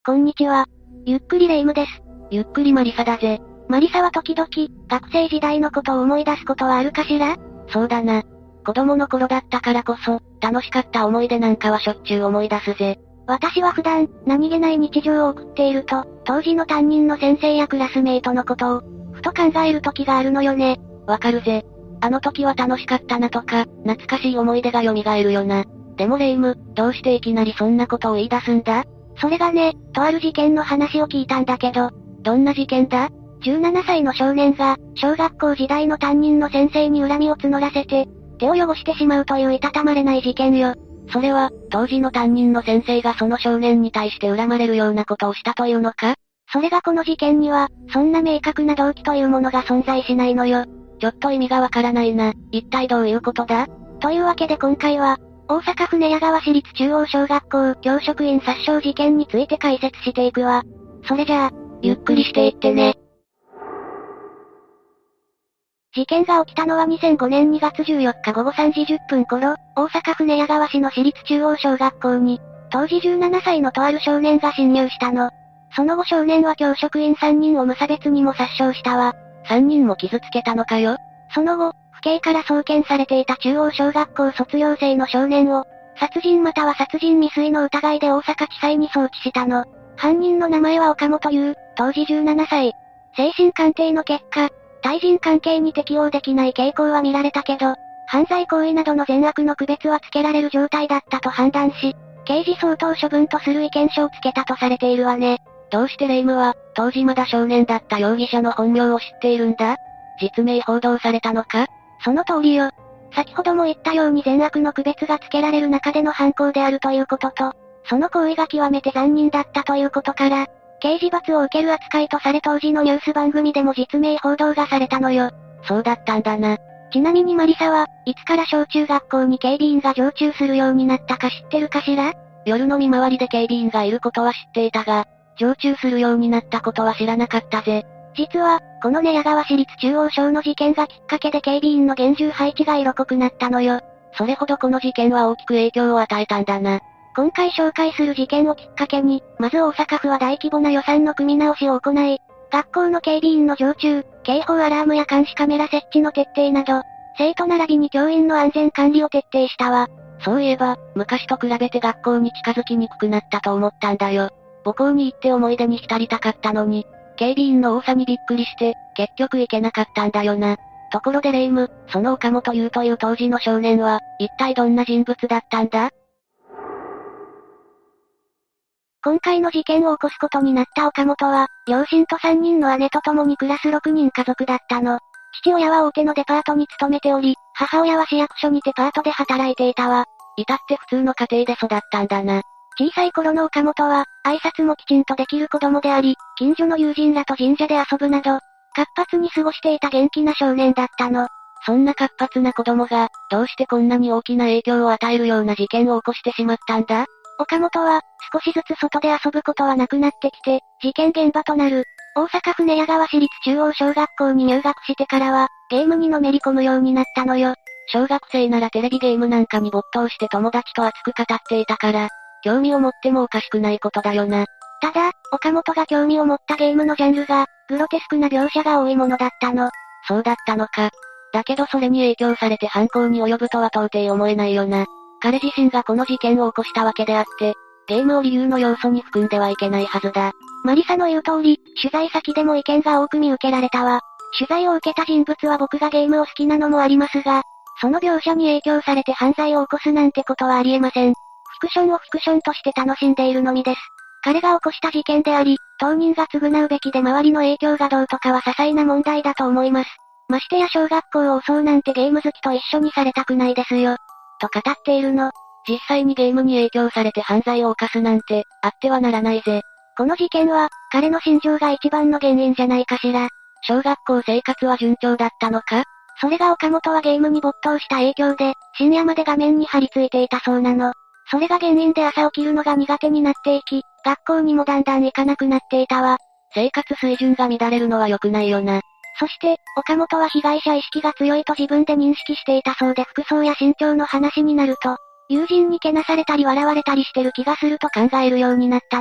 こんにちは。ゆっくりレ夢ムです。 ゆっくりマリサだぜ。 マリサは時々、学生時代のことを思い出すことはあるかしら？ そうだな。子供の頃だったからこそ、楽しかった思い出なんかはしょっちゅう思い出すぜ。 私は普段、何気ない日常を送っていると、当時の担任の先生やクラスメイトのことを、ふと考える時があるのよね。 わかるぜ。あの時は楽しかったなとか、懐かしい思い出が蘇るよな。でもレ夢ム、どうしていきなりそんなことを言い出すんだ？ それがね、とある事件の話を聞いたんだけど。 どんな事件だ ？17歳の少年が、小学校時代の担任の先生に恨みを募らせて、手を汚してしまうといういたたまれない事件よ。 それは、当時の担任の先生がその少年に対して恨まれるようなことをしたというのか？ それがこの事件には、そんな明確な動機というものが存在しないのよ。 ちょっと意味がわからないな。一体どういうことだ？ というわけで今回は、大阪府寝屋川市立中央小学校教職員殺傷事件について解説していくわ。それじゃあ、 ゆっくりしていってね。 事件が起きたのは2005年2月14日午後3時10分頃、大阪府寝屋川市の市立中央小学校に、当時17歳のとある少年が侵入したの。その後少年は教職員3人を無差別にも殺傷したわ。 3人も傷つけたのかよ。 その後、府警から送検されていた中央小学校卒業生の少年を、殺人または殺人未遂の疑いで大阪地裁に送致したの。犯人の名前は岡本優、当時17歳。精神鑑定の結果、対人関係に適応できない傾向は見られたけど、犯罪行為などの善悪の区別はつけられる状態だったと判断し、刑事相当処分とする意見書をつけたとされているわね。 どうしてレ夢ムは、当時まだ少年だった容疑者の本名を知っているんだ？実名報道されたのか？ その通りよ。先ほども言ったように善悪の区別がつけられる中での犯行であるということと、その行為が極めて残忍だったということから、刑事罰を受ける扱いとされ当時のニュース番組でも実名報道がされたのよ。 そうだったんだな。 ちなみにマリサは、いつから小中学校に警備員が常駐するようになったか知ってるかしら？ 夜の見回りで警備員がいることは知っていたが、常駐するようになったことは知らなかったぜ。 実は、この寝屋川市立中央小の事件がきっかけで警備員の厳重配置が色濃くなったのよ。 それほどこの事件は大きく影響を与えたんだな。 今回紹介する事件をきっかけに、まず大阪府は大規模な予算の組み直しを行い、学校の警備員の常駐、警報アラームや監視カメラ設置の徹底など、生徒並びに教員の安全管理を徹底したわ。 そういえば、昔と比べて学校に近づきにくくなったと思ったんだよ。母校に行って思い出に浸りたかったのに、警備員の多さにびっくりして、結局行けなかったんだよな。ところでレ夢ム、その岡本優という当時の少年は、一体どんな人物だったんだ？ 今回の事件を起こすことになった岡本は、両親と3人の姉と共に暮らす6人家族だったの。父親は大手のデパートに勤めており、母親は市役所にてパートで働いていたわ。 至って普通の家庭で育ったんだな。 小さい頃の岡本は、挨拶もきちんとできる子供であり、近所の友人らと神社で遊ぶなど、活発に過ごしていた元気な少年だったの。 そんな活発な子供が、どうしてこんなに大きな影響を与えるような事件を起こしてしまったんだ？ 岡本は、少しずつ外で遊ぶことはなくなってきて、事件現場となる、大阪府寝屋川市立中央小学校に入学してからは、ゲームにのめり込むようになったのよ。 小学生ならテレビゲームなんかに没頭して友達と熱く語っていたから、興味を持ってもおかしくないことだよな。 ただ、岡本が興味を持ったゲームのジャンルが、グロテスクな描写が多いものだったの。 そうだったのか。だけどそれに影響されて犯行に及ぶとは到底思えないよな。彼自身がこの事件を起こしたわけであって、ゲームを理由の要素に含んではいけないはずだ。 マリサの言う通り、取材先でも意見が多く見受けられたわ。取材を受けた人物は僕がゲームを好きなのもありますが、その描写に影響されて犯罪を起こすなんてことはありえません。フィクションをフィクションとして楽しんでいるのみです。彼が起こした事件であり、当人が償うべきで周りの影響がどうとかは些細な問題だと思います。ましてや小学校を襲うなんてゲーム好きと一緒にされたくないですよ。と語っているの。 実際にゲームに影響されて犯罪を犯すなんて、あってはならないぜ。 この事件は、彼の心情が一番の原因じゃないかしら。 小学校生活は順調だったのか？ それが岡本はゲームに没頭した影響で、深夜まで画面に張り付いていたそうなの。それが原因で朝起きるのが苦手になっていき、学校にもだんだん行かなくなっていたわ。 生活水準が乱れるのは良くないよな。 そして、岡本は被害者意識が強いと自分で認識していたそうで服装や身長の話になると、友人にけなされたり笑われたりしてる気がすると考えるようになったの。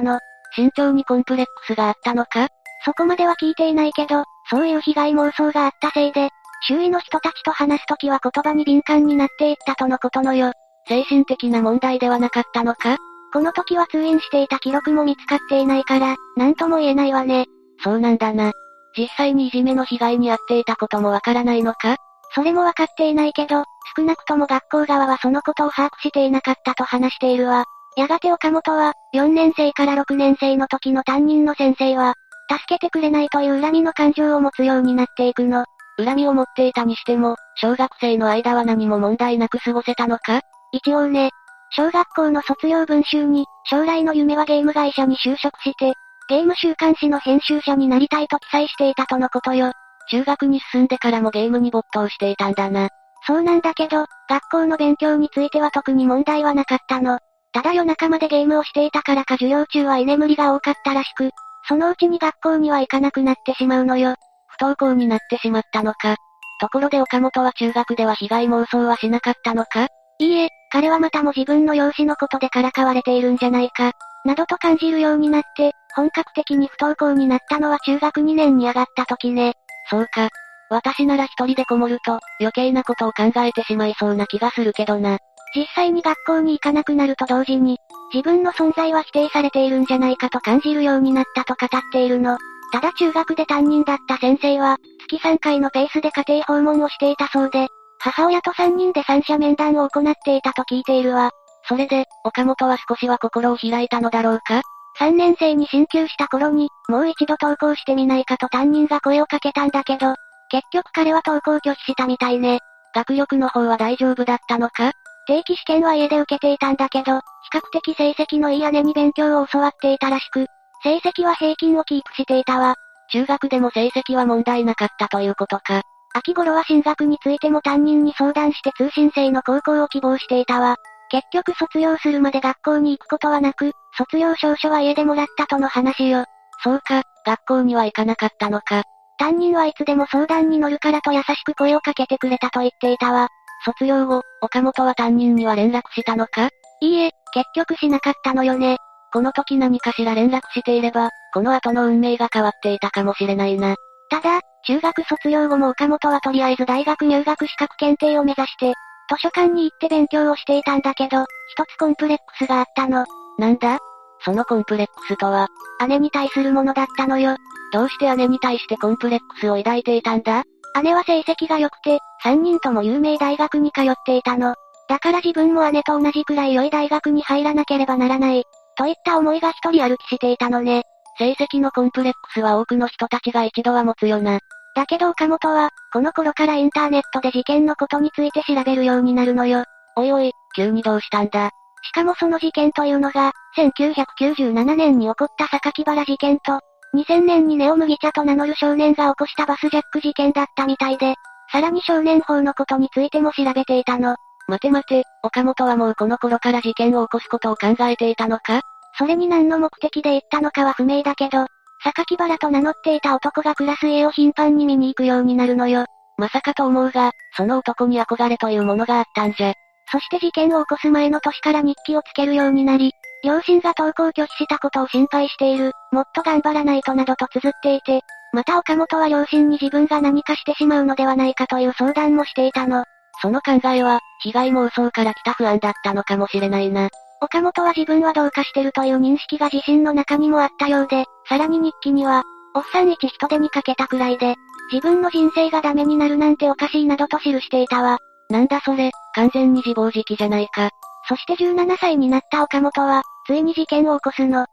身長にコンプレックスがあったのか？ そこまでは聞いていないけど、そういう被害妄想があったせいで、周囲の人たちと話すときは言葉に敏感になっていったとのことのよ。 精神的な問題ではなかったのか？ この時は通院していた記録も見つかっていないから、なんとも言えないわね。 そうなんだな。実際にいじめの被害に遭っていたこともわからないのか？ それもわかっていないけど、少なくとも学校側はそのことを把握していなかったと話しているわ。やがて岡本は、4年生から6年生の時の担任の先生は、助けてくれないという恨みの感情を持つようになっていくの。 恨みを持っていたにしても、小学生の間は何も問題なく過ごせたのか？ 一応ね。小学校の卒業文集に、将来の夢はゲーム会社に就職して、ゲーム週刊誌の編集者になりたいと記載していたとのことよ。 中学に進んでからもゲームに没頭していたんだな。 そうなんだけど、学校の勉強については特に問題はなかったの。ただ夜中までゲームをしていたからか授業中は居眠りが多かったらしく、そのうちに学校には行かなくなってしまうのよ。 不登校になってしまったのか。ところで岡本は中学では被害妄想はしなかったのか？ いいえ、彼はまたも自分の容姿のことでからかわれているんじゃないか、などと感じるようになって、本格的に不登校になったのは中学2年に上がった時ね。 そうか。私なら一人でこもると、余計なことを考えてしまいそうな気がするけどな。 実際に学校に行かなくなると同時に、自分の存在は否定されているんじゃないかと感じるようになったと語っているの。ただ中学で担任だった先生は、月3回のペースで家庭訪問をしていたそうで、母親と3人で三者面談を行っていたと聞いているわ。 それで、岡本は少しは心を開いたのだろうか ？3年生に進級した頃に、もう一度登校してみないかと担任が声をかけたんだけど、結局彼は登校拒否したみたいね。 学力の方は大丈夫だったのか？ 定期試験は家で受けていたんだけど、比較的成績のいい姉に勉強を教わっていたらしく、成績は平均をキープしていたわ。 中学でも成績は問題なかったということか。 秋頃は進学についても担任に相談して通信制の高校を希望していたわ。結局卒業するまで学校に行くことはなく、卒業証書は家でもらったとの話よ。 そうか、学校には行かなかったのか。 担任はいつでも相談に乗るからと優しく声をかけてくれたと言っていたわ。 卒業後、岡本は担任には連絡したのか？ いいえ、結局しなかったのよね。 この時何かしら連絡していれば、この後の運命が変わっていたかもしれないな。 ただ、中学卒業後も岡本はとりあえず大学入学資格検定を目指して、図書館に行って勉強をしていたんだけど、一つコンプレックスがあったの。 なんだ？そのコンプレックスとは、 姉に対するものだったのよ。 どうして姉に対してコンプレックスを抱いていたんだ？ 姉は成績が良くて、3人とも有名大学に通っていたの。だから自分も姉と同じくらい良い大学に入らなければならない、といった思いが一人歩きしていたのね。 成績のコンプレックスは多くの人たちが一度は持つよな。 だけど岡本は、この頃からインターネットで事件のことについて調べるようになるのよ。 おいおい、急にどうしたんだ？ しかもその事件というのが、1997年に起こった榊原事件と、2000年にネオ麦茶と名乗る少年が起こしたバスジャック事件だったみたいで、さらに少年法のことについても調べていたの。 待て待て、岡本はもうこの頃から事件を起こすことを考えていたのか？ それに何の目的で行ったのかは不明だけど、榊原と名乗っていた男が暮らす家を頻繁に見に行くようになるのよ。 まさかと思うが、その男に憧れというものがあったんじゃ。 そして事件を起こす前の年から日記をつけるようになり、両親が登校拒否したことを心配している、もっと頑張らないとなどと綴っていて、また岡本は両親に自分が何かしてしまうのではないかという相談もしていたの。 その考えは、被害妄想から来た不安だったのかもしれないな。 岡本は自分はどうかしてるという認識が自身の中にもあったようで、さらに日記には、おっさん一人手にかけたくらいで、自分の人生がダメになるなんておかしいなどと記していたわ。 なんだそれ、完全に自暴自棄じゃないか。 そして17歳になった岡本は、ついに事件を起こすの。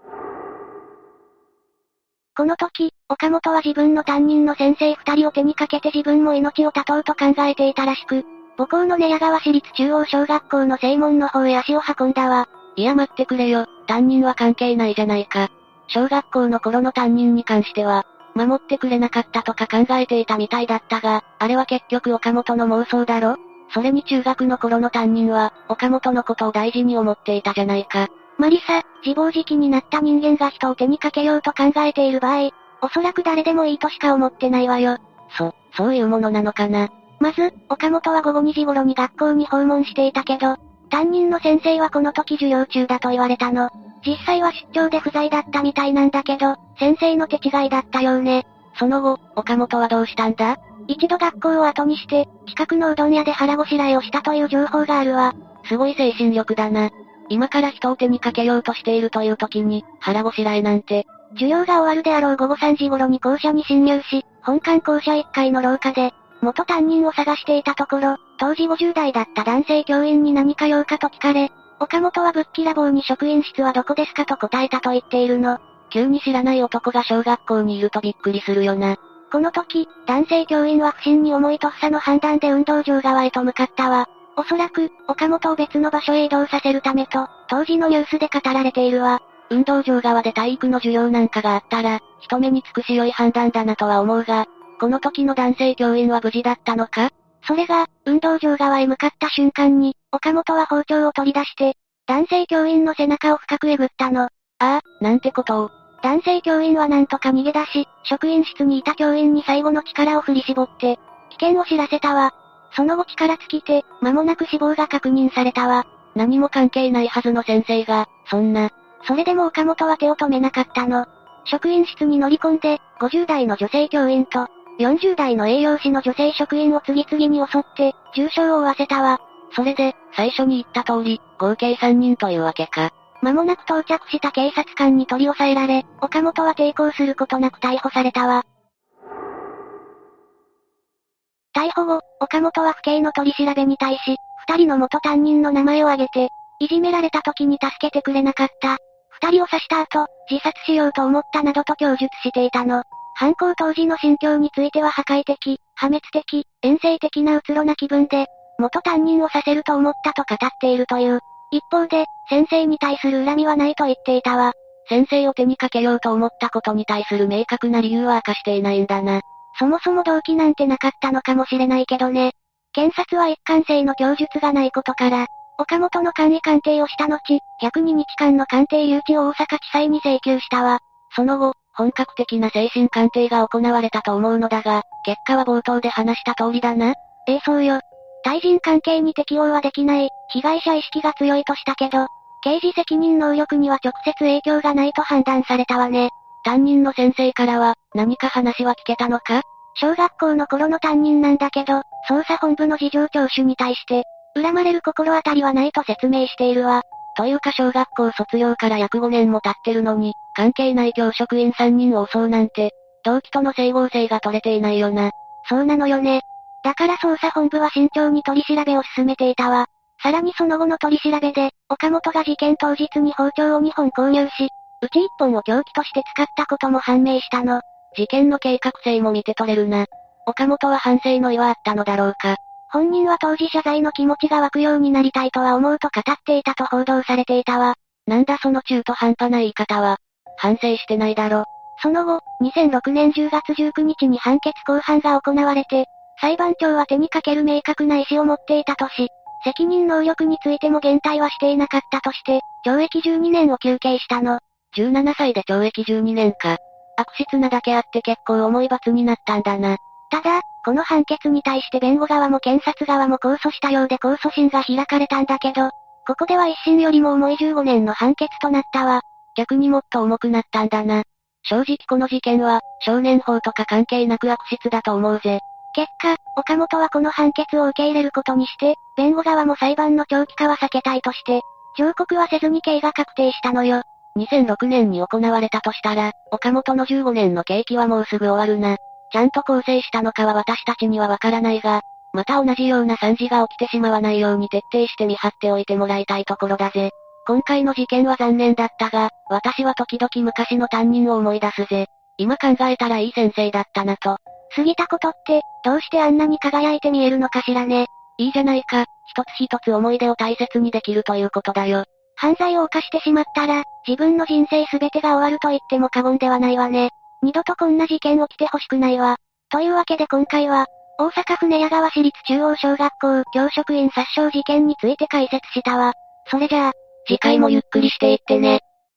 この時、岡本は自分の担任の先生2人を手にかけて自分も命を絶とうと考えていたらしく、母校の寝屋川市立中央小学校の正門の方へ足を運んだわ。 いや待ってくれよ、担任は関係ないじゃないか。小学校の頃の担任に関しては、守ってくれなかったとか考えていたみたいだったが、あれは結局岡本の妄想だろ？それに中学の頃の担任は、岡本のことを大事に思っていたじゃないか。 マリサ、自暴自棄になった人間が人を手にかけようと考えている場合、おそらく誰でもいいとしか思ってないわよ。 そういうものなのかな。 まず、岡本は午後2時頃に学校に訪問していたけど、 担任の先生はこの時授業中だと言われたの。実際は出張で不在だったみたいなんだけど、先生の手違いだったようね。 その後、岡本はどうしたんだ？ 一度学校を後にして、近くのうどん屋で腹ごしらえをしたという情報があるわ。 すごい精神力だな。今から人を手にかけようとしているという時に、腹ごしらえなんて。 授業が終わるであろう午後3時頃に校舎に侵入し、本館校舎1階の廊下で、元担任を探していたところ、当時50代だった男性教員に何か用かと聞かれ、岡本はぶっきらぼうに職員室はどこですかと答えたと言っているの。 急に知らない男が小学校にいるとびっくりするよな。 この時、男性教員は不審に思いとっさの判断で運動場側へと向かったわ。おそらく、岡本を別の場所へ移動させるためと、当時のニュースで語られているわ。 運動場側で体育の授業なんかがあったら、人目につくし良い判断だなとは思うが、この時の男性教員は無事だったのか？ それが、運動場側へ向かった瞬間に、岡本は包丁を取り出して、男性教員の背中を深くえぐったの。 ああ、なんてことを。 男性教員はなんとか逃げ出し、職員室にいた教員に最後の力を振り絞って、危険を知らせたわ。その後力尽きて、間もなく死亡が確認されたわ。 何も関係ないはずの先生が、そんな。 それでも岡本は手を止めなかったの。職員室に乗り込んで、50代の女性教員と、40代の栄養士の女性職員を次々に襲って、重傷を負わせたわ。 それで、最初に言った通り、合計3人というわけか。 間もなく到着した警察官に取り押さえられ、岡本は抵抗することなく逮捕されたわ。逮捕後、岡本は府警の取り調べに対し、二人の元担任の名前を挙げて、いじめられた時に助けてくれなかった。二人を刺した後、自殺しようと思ったなどと供述していたの。犯行当時の心境については破壊的、破滅的、遠征的なうつろな気分で、元担任をさせると思ったと語っているという。一方で、先生に対する恨みはないと言っていたわ。 先生を手にかけようと思ったことに対する明確な理由は明かしていないんだな。 そもそも動機なんてなかったのかもしれないけどね。検察は一貫性の供述がないことから、岡本の簡易鑑定をした後、102日間の鑑定留置を大阪地裁に請求したわ。 その後、本格的な精神鑑定が行われたと思うのだが、結果は冒頭で話した通りだな。 そうよ。対人関係に適応はできない、被害者意識が強いとしたけど、刑事責任能力には直接影響がないと判断されたわね。 担任の先生からは、何か話は聞けたのか？ 小学校の頃の担任なんだけど、捜査本部の事情聴取に対して、恨まれる心当たりはないと説明しているわ。 というか小学校卒業から約5年も経ってるのに、関係ない教職員3人を襲うなんて、動機との整合性が取れていないよな。 そうなのよね。だから捜査本部は慎重に取り調べを進めていたわ。さらにその後の取り調べで、岡本が事件当日に包丁を2本購入し、うち1本を凶器として使ったことも判明したの。 事件の計画性も見て取れるな。岡本は反省の意はあったのだろうか。 本人は当時謝罪の気持ちが湧くようになりたいとは思うと語っていたと報道されていたわ。 なんだその中途半端な言い方は。反省してないだろ。 その後、2006年10月19日に判決公判が行われて、裁判長は手にかける明確な意思を持っていたとし、責任能力についても言退はしていなかったとして、懲役12年を求刑したの。 17歳で懲役12年か。悪質なだけあって結構重い罰になったんだな。 ただ、この判決に対して弁護側も検察側も控訴したようで控訴審が開かれたんだけど、ここでは一審よりも重い15年の判決となったわ。 逆にもっと重くなったんだな。正直この事件は、少年法とか関係なく悪質だと思うぜ。 結果、岡本はこの判決を受け入れることにして、弁護側も裁判の長期化は避けたいとして、上告はせずに刑が確定したのよ。 2006年に行われたとしたら、岡本の15年の刑期はもうすぐ終わるな。ちゃんと構成したのかは私たちにはわからないが、また同じような惨事が起きてしまわないように徹底して見張っておいてもらいたいところだぜ。今回の事件は残念だったが、私は時々昔の担任を思い出すぜ。今考えたらいい先生だったなと。 過ぎたことって、どうしてあんなに輝いて見えるのかしらね。 いいじゃないか、一つ一つ思い出を大切にできるということだよ。 犯罪を犯してしまったら、自分の人生すべてが終わると言っても過言ではないわね。二度とこんな事件起きてほしくないわ。というわけで今回は、大阪府寝屋川市立中央小学校教職員殺傷事件について解説したわ。それじゃあ、 次回もゆっくりしていってね。